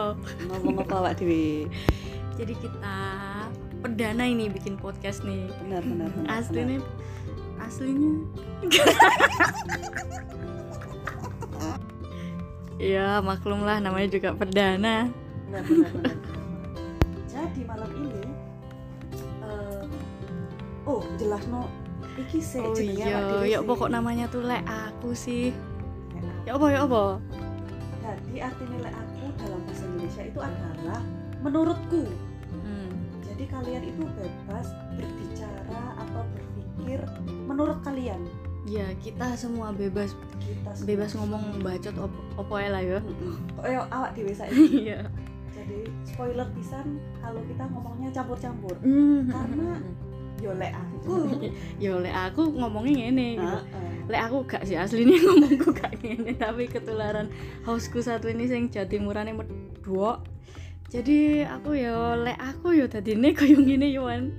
Ngomong apa awak dhewe? Jadi kita perdana ini bikin podcast nih. Benar. Aslinya ya maklum lah, namanya juga perdana. Benar. Jadi malam ini jelas no iki sih jenenge awak dhewe. Ya pokok namanya tuh lek aku sih. Ya apa? Jadi artinya lek aku dalam bahasa Indonesia itu adalah menurutku. Jadi kalian itu bebas berbicara atau berpikir menurut kalian. Ya, kita semua bebas ngomong bacot opo ae lah ya. Koyo awak dhewe saiki. Iya. Jadi spoiler pisan kalau kita ngomongnya campur-campur. Karena yo lek aku ngomongnya ngene gitu. Lek aku gak sih aslinya ngomongku gak ngene, tapi ketularan hostku satu ini sing Jatimurane medhok. Jadi aku yo lek aku yo dadine koyo ngene yo an.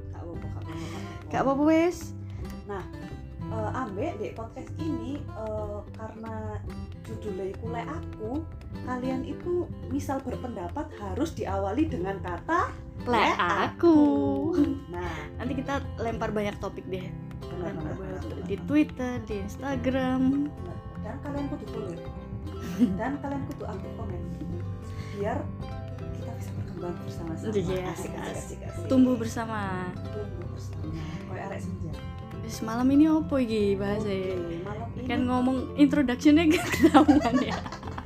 Gak apa-apa wis. Nah, ambek di podcast ini karena judulnya iku lek aku, kalian itu misal berpendapat harus diawali dengan kata lek aku. Nah, nanti kita lempar banyak topik deh. Benar. Di Twitter, di Instagram. Dan kalian kudu follow. Dan kalian kudu aktif komen. Biar kita bisa berkembang bersama-sama. Iya, asik. Tumbuh bersama. Koyo arek senja. Wis malam ini opo iki bahasa? Malam ini Kan ngomong introduction-nya gak ketahuan ya.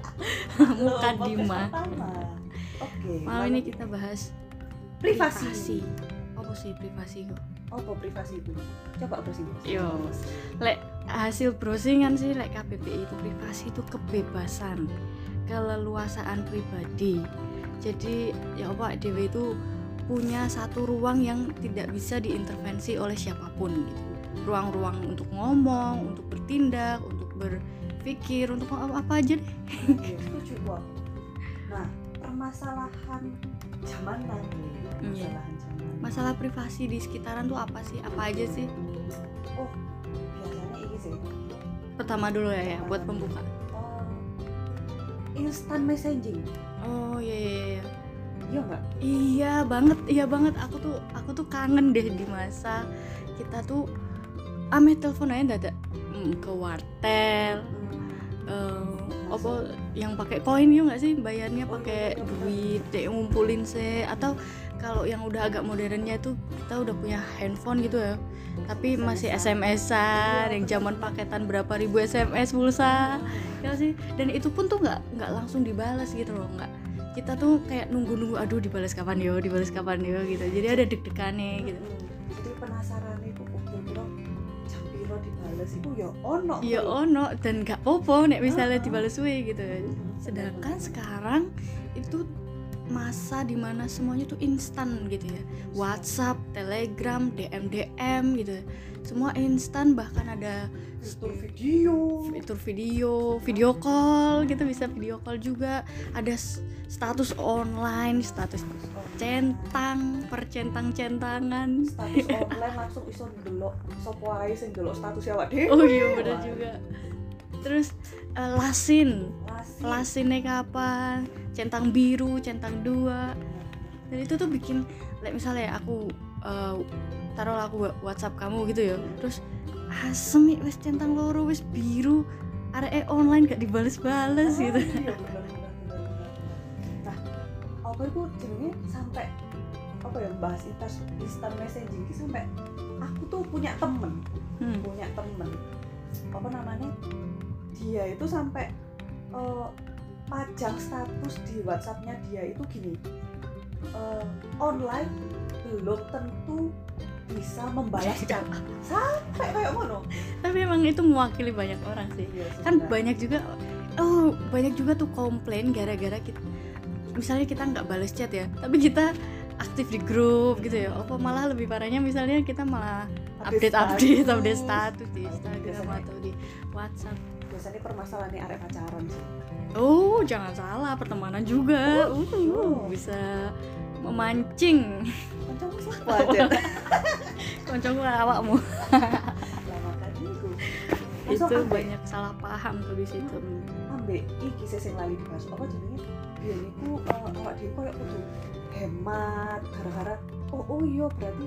Mukadimah. Oke. Malam ini kita bahas privasi. Apa sih privasi kok? Apa privasi itu? Coba browsing. Yo. Lek hasil browsingan sih lek KBBI itu privasi itu kebebasan, keleluasaan pribadi. Jadi ya apa dhewe itu punya satu ruang yang tidak bisa diintervensi oleh siapapun gitu. Ruang-ruang untuk ngomong, untuk bertindak, untuk berpikir, untuk apa aja deh. Iya, setuju kok. Nah, permasalahan zaman lagi. Masalah privasi di sekitaran tuh apa sih? Apa aja sih? Oh, biasanya ini sih. Pertama dulu ya buat pembuka. Instant messaging. Oh iya. Iya enggak? Iya banget. Aku tuh kangen deh di masa kita tuh ame telepon aja dadak ke wartel. Apa yang pakai koin ya nggak sih, bayarnya pakai duit deh, ngumpulin sih. Atau kalau yang udah agak modernnya tuh kita udah punya handphone gitu ya, tapi masih SMS-an yang zaman paketan berapa ribu SMS pulsa ya sih. Dan itu pun tuh nggak langsung dibalas gitu loh, nggak, kita tuh kayak nunggu aduh dibalas kapan yo gitu, jadi ada deg-degannya gitu. Jadi penasaran itu kira-kira jam piro dibalas itu ya ono dan nggak popo nek misalnya dibalas suwe gitu. Sedangkan sekarang itu masa dimana semuanya tuh instan gitu ya, WhatsApp, Telegram, DM gitu, semua instan. Bahkan ada fitur video call gitu, bisa video call juga. Ada status online, status percentang-centangan. Status online langsung iso ndelok sapa ae sing ndelok status awak dhewe. Oh iya bener juga. Terus lasinnya kapan, centang biru, centang 2. Dan itu tuh bikin, misalnya aku taruhlah aku WhatsApp kamu gitu ya, terus asem wis centang loro wis biru, arek online gak dibales-bales gitu. Iya bener. Nah, apa itu jenenge sampai apa ya, bahas instant messaging ki sampai aku tuh punya temen apa namanya, dia itu sampai pajang status di WhatsApp-nya dia itu gini, online belum tentu bisa membalas chat. Sampai kayak ngono. Tapi emang itu mewakili banyak orang sih. Iya, kan banyak juga tuh komplain gara-gara kita, misalnya kita nggak balas chat ya, tapi kita aktif di grup gitu ya. Apa malah lebih parahnya misalnya kita malah update status di Instagram atau di WhatsApp. Biasanya permasalahannya arek pacaran sih. Oh, jangan salah, pertemanan juga. Bisa memancing. Kancamu siapa aja? Kancamu awakmu. Lamakan itu. Itu banyak salah paham tuh di situ. Ambek iki sing lali dibahas apa jenenge? biyen iku awak dhewe koyo kudu hemat gara-gara oh iya berarti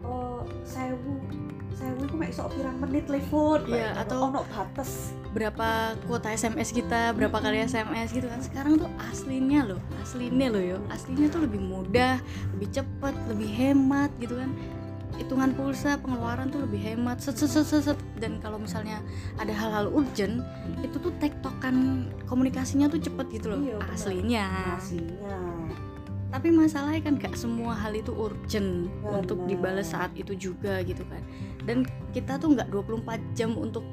1000 iku mek iso pirang menit telepon. Iya, atau ono batas berapa kuota SMS kita, berapa kali SMS gitu kan. Sekarang tuh aslinya loh yo, aslinya tuh lebih mudah, lebih cepat, lebih hemat gitu kan. Hitungan pulsa, pengeluaran tuh lebih hemat, set. Dan kalau misalnya ada hal-hal urgent, itu tuh tektokan komunikasinya tuh cepet gitu loh. Iya, aslinya. Tapi masalahnya kan gak semua hal itu urgent untuk dibalas saat itu juga gitu kan. Dan kita tuh gak 24 jam untuk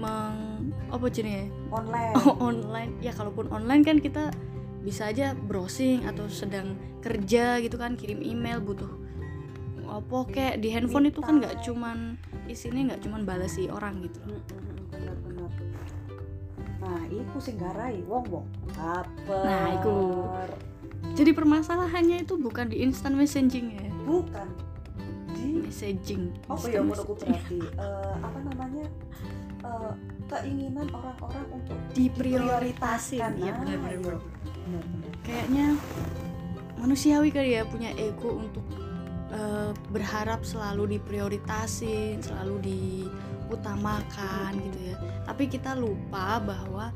online. Ya kalaupun online kan kita bisa aja browsing atau sedang kerja gitu kan, kirim email, butuh apa kayak di handphone itu kan nggak cuman isinya nggak cuman balesi orang gitu loh. Bener. Nah iku sing garai wong baper. Nah iku jadi permasalahannya itu bukan di instant messaging ya, bukan di messaging. Apa ya menurutku berarti apa namanya keinginan orang-orang untuk diprioritaskan. Ya benar. Kayaknya manusiawi kali ya, punya ego untuk berharap selalu diprioritasin, selalu diutamakan gitu ya. Tapi kita lupa bahwa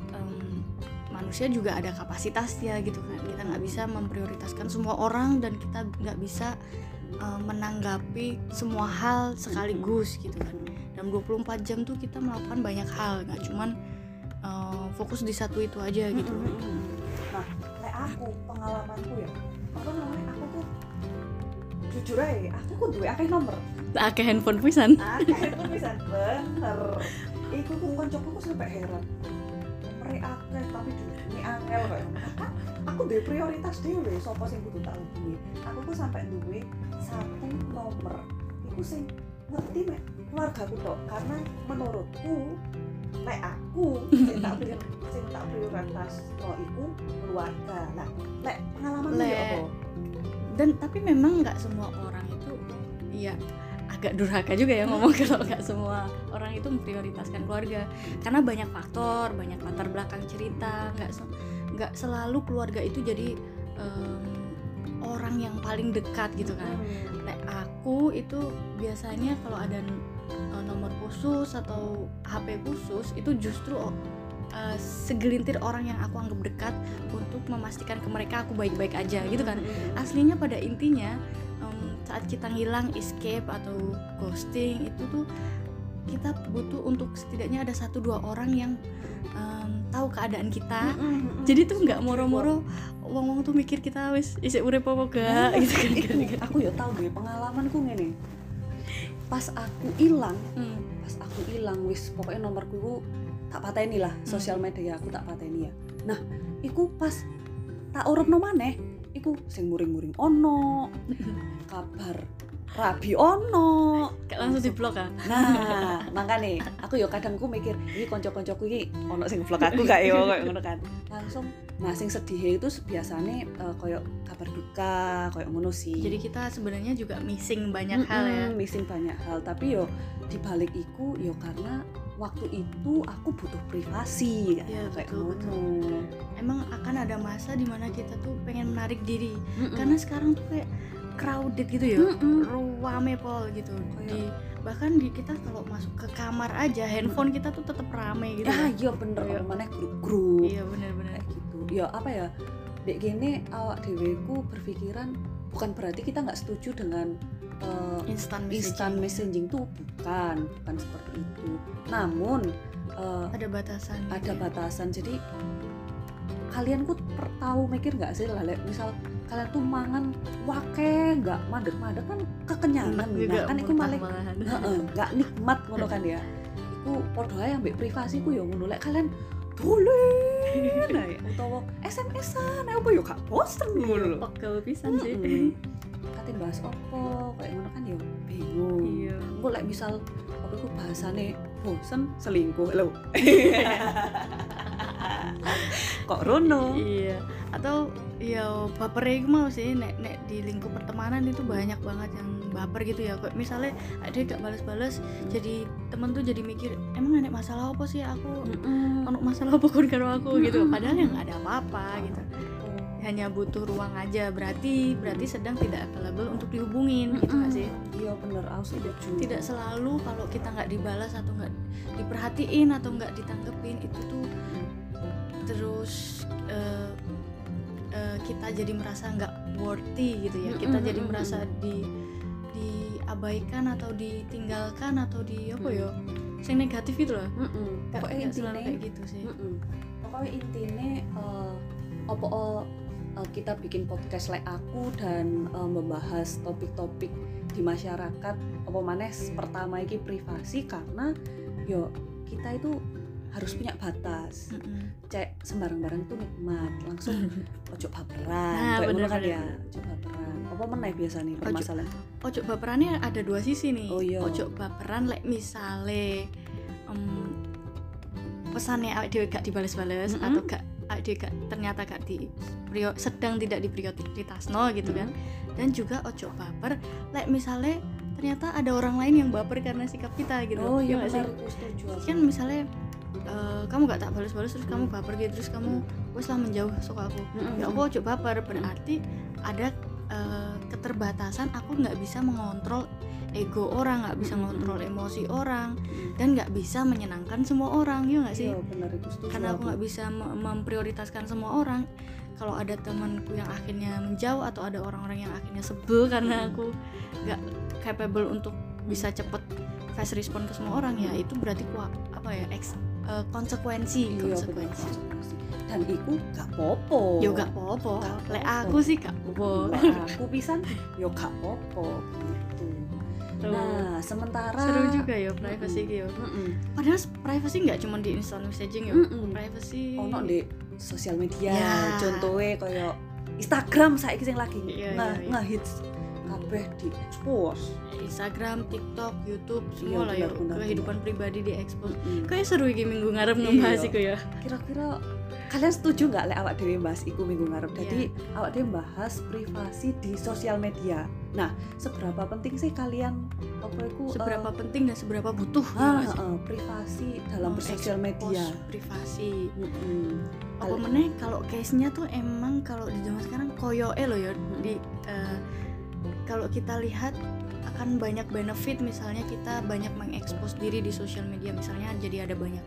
manusia juga ada kapasitasnya gitu kan. Kita nggak bisa memprioritaskan semua orang dan kita nggak bisa menanggapi semua hal sekaligus gitu kan. Dalam 24 jam tuh kita melakukan banyak hal, nggak cuman fokus di satu itu aja gitu. Nah, kayak aku pengalamanku ya, apa namanya, aku tuh jujur aja, aku kok duwe akeh nomor, akeh handphone pisan. Bener. Iku ku koncoku kok sampai heran. Nomere akeh tapi dihubungi angel kayak ngono. Aku duwe prioritas dhewe, sapa sing kudu tak hubungi. Aku kok sampai duwe satu nomor. Iku sing ngerti mek keluargaku tok, karena menurutku nek aku sing tak prioritas iku keluarga. Nah, nek pengalaman ya apa? Dan tapi memang nggak semua orang itu, ya agak durhaka juga ya ngomong kalau nggak semua orang itu memprioritaskan keluarga, karena banyak faktor, banyak latar belakang cerita. Nggak selalu keluarga itu jadi orang yang paling dekat gitu kan. Nah, aku itu biasanya kalau ada nomor khusus atau HP khusus itu justru segelintir orang yang aku anggap dekat untuk memastikan ke mereka aku baik-baik aja gitu kan. Aslinya pada intinya saat kita ngilang, escape atau ghosting itu tuh kita butuh untuk setidaknya ada 1-2 orang yang tahu keadaan kita. Jadi tuh nggak moro-moro wong-wong tuh mikir kita wis isih urip apa gak gitu kan. Aku ya tahu gue pengalamanku ngene. Pas aku hilang wis pokoknya nomorku itu tak pateni lah, sosial media aku tak pateni ya. Nah, iku pas tak urupno maneh, iku sing muring-muring ono, kabar rabi ono, gak langsung di-blok kan. Nah, makane aku yo kadang ku mikir, iki kanca-kancaku iki ono sing vlog aku gak yo koyo ngono kan. Langsung nah sing sedih itu biasane koyo kabar duka, koyo ngono sih. Jadi kita sebenarnya juga missing banyak hal ya. Missing banyak hal, tapi yo dibalik iku yo karena waktu itu aku butuh privasi ya, kayak betul. Emang akan ada masa dimana kita tuh pengen menarik diri, karena sekarang tuh kayak crowded gitu ya, rame pol gitu. Bahkan kita kalau masuk ke kamar aja handphone kita tuh tetap rame gitu. Iya bener, mana grup-grup. Iya bener gitu. Ya apa ya, dek gini awak deweku berpikiran bukan berarti kita nggak setuju dengan instant messaging tuh bukan seperti itu. Namun ada batasan. Jadi kalian ku tahu mikir nggak sih, misal kalian tuh mangan wake nggak madeg kan kekenyangan, nah, kan itu malah nggak nikmat ngono kan ya. Iku podo ae ambek privasiku ya ngono. Lek kalian boleh nah utawa SMS-an apa yo gak bosen ngono lho. Pegel pisan sih. Kate bahas opo kayak ngono kan ya bingung. Iya. Engko lek misal apa iku bahasane bosen selingkuh lho. Kok rono? Iya. Atau ya baper iku mau sih nek di lingkup pertemanan itu banyak banget yang baper gitu ya. Kayak misalnya ada gak balas-balas, jadi temen tuh jadi mikir emang nek masalah apa sih aku ono masalah apa kon karo aku gitu. Padahal yang gak ada apa-apa gitu. hanya butuh ruang aja, berarti sedang tidak available untuk dihubungin gitu nggak sih? Iya bener, aku setuju. Tidak selalu kalau kita nggak dibalas atau nggak diperhatiin atau nggak ditanggepin itu tuh terus kita jadi merasa nggak worthy gitu ya, kita jadi merasa diabaikan atau ditinggalkan atau di apa ya, yang negatif gitu loh. Pokoknya intinya kayak gitu sih. Pokoknya intinya kita bikin podcast like aku dan membahas topik-topik di masyarakat apa maneh pertama iki privasi, karena yo kita itu harus punya batas. Cek sembarang-barang tuh nikmat, langsung ojo baperan. Kayak ngono kan ya, ojo baperan. Apa meneh biasanya permasalahan? Ojo baperannya ada dua sisi nih. Oh, iya. Ojo baperan lek misale pesannya awake dhewe gak dibales-bales atau gak awake dhewe ternyata gak sedang tidak diprioritasno gitu kan. Dan juga ojo baper lek misale ternyata ada orang lain yang baper karena sikap kita gitu. Oh iya benar, aku setuju. Kan misalnya kamu gak tak balas-balas terus kamu baper gitu, terus kamu wes lah menjauh suka aku. Ya aku ojo baper, berarti ada keterbatasan, aku nggak bisa mengontrol ego orang, nggak bisa mengontrol emosi orang, dan nggak bisa menyenangkan semua orang, ya nggak sih? Iya benar, itu setuju. Karena aku nggak bisa memprioritaskan semua orang. Kalau ada temanku yang akhirnya menjauh atau ada orang-orang yang akhirnya sebel karena aku nggak capable untuk bisa cepet fast respon ke semua orang, ya itu berarti konsekuensi. Dan iku gak popo. Yo gak popo. Lek aku sih gak popo. Aku pisan yo gak popo gitu. Nah, sementara seru juga ya privacy gitu. Padahal privacy nggak cuma di instant messaging ya. Privacy ono di sosial media. Contohnya kayak Instagram saiki sing lagi ngehits kabeh di expose. Instagram, TikTok, YouTube, semua lah ya. Kehidupan pribadi di expose. Kayak seru iki minggu ngarep ngebahas iku ya. Kira-kira kalian setuju nggak lek awak dhewe bahas iku minggu ngarep? Jadi awak dhewe bahas privasi di sosial media. Nah, seberapa penting sih kalian seberapa penting dan seberapa butuh privasi dalam bersosial media? Privasi. Apa meneh kalau case-nya tuh emang kalau di zaman sekarang koyoke lo ya di kalau kita lihat akan banyak benefit, misalnya kita banyak mengekspos diri di sosial media, misalnya jadi ada banyak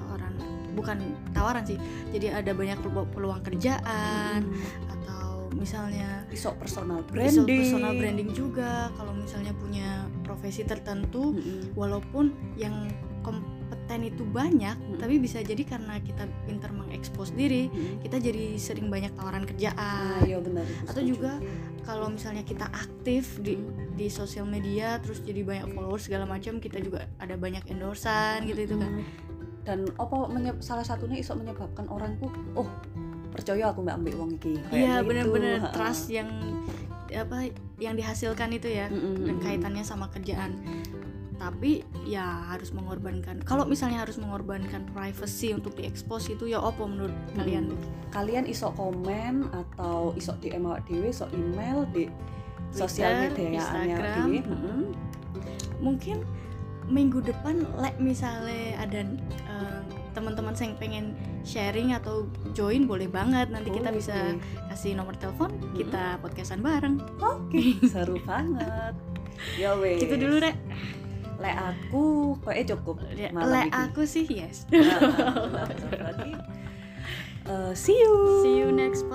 tawaran sih, jadi ada banyak peluang kerjaan, atau misalnya iso personal branding juga kalau misalnya punya profesi tertentu, walaupun yang kompeten itu banyak, tapi bisa jadi karena kita pintar mengekspos diri, kita jadi sering banyak tawaran kerjaan. Iya benar. Atau juga kalau misalnya kita aktif di sosial media, terus jadi banyak followers segala macam, kita juga ada banyak endorsan gitu kan. Dan salah satunya iso menyebabkan orang tuh percaya aku mbak ambil uang iki. Iya benar-benar trust yang dihasilkan itu ya, dan kaitannya sama kerjaan. Tapi ya harus mengorbankan. Kalau misalnya harus mengorbankan privacy untuk diekspos itu ya apa menurut kalian? Kalian iso komen atau iso DM awak dhewe, iso email di sosial media Instagram. Mungkin minggu depan misalnya ada teman-teman yang pengen sharing atau join, boleh banget, nanti kita bisa kasih nomor telepon, kita podcastan bareng. Oke. Seru banget. Ya wes. Gitu dulu Rek. Lek aku kayaknya cukup. Lek aku sih yes. See you next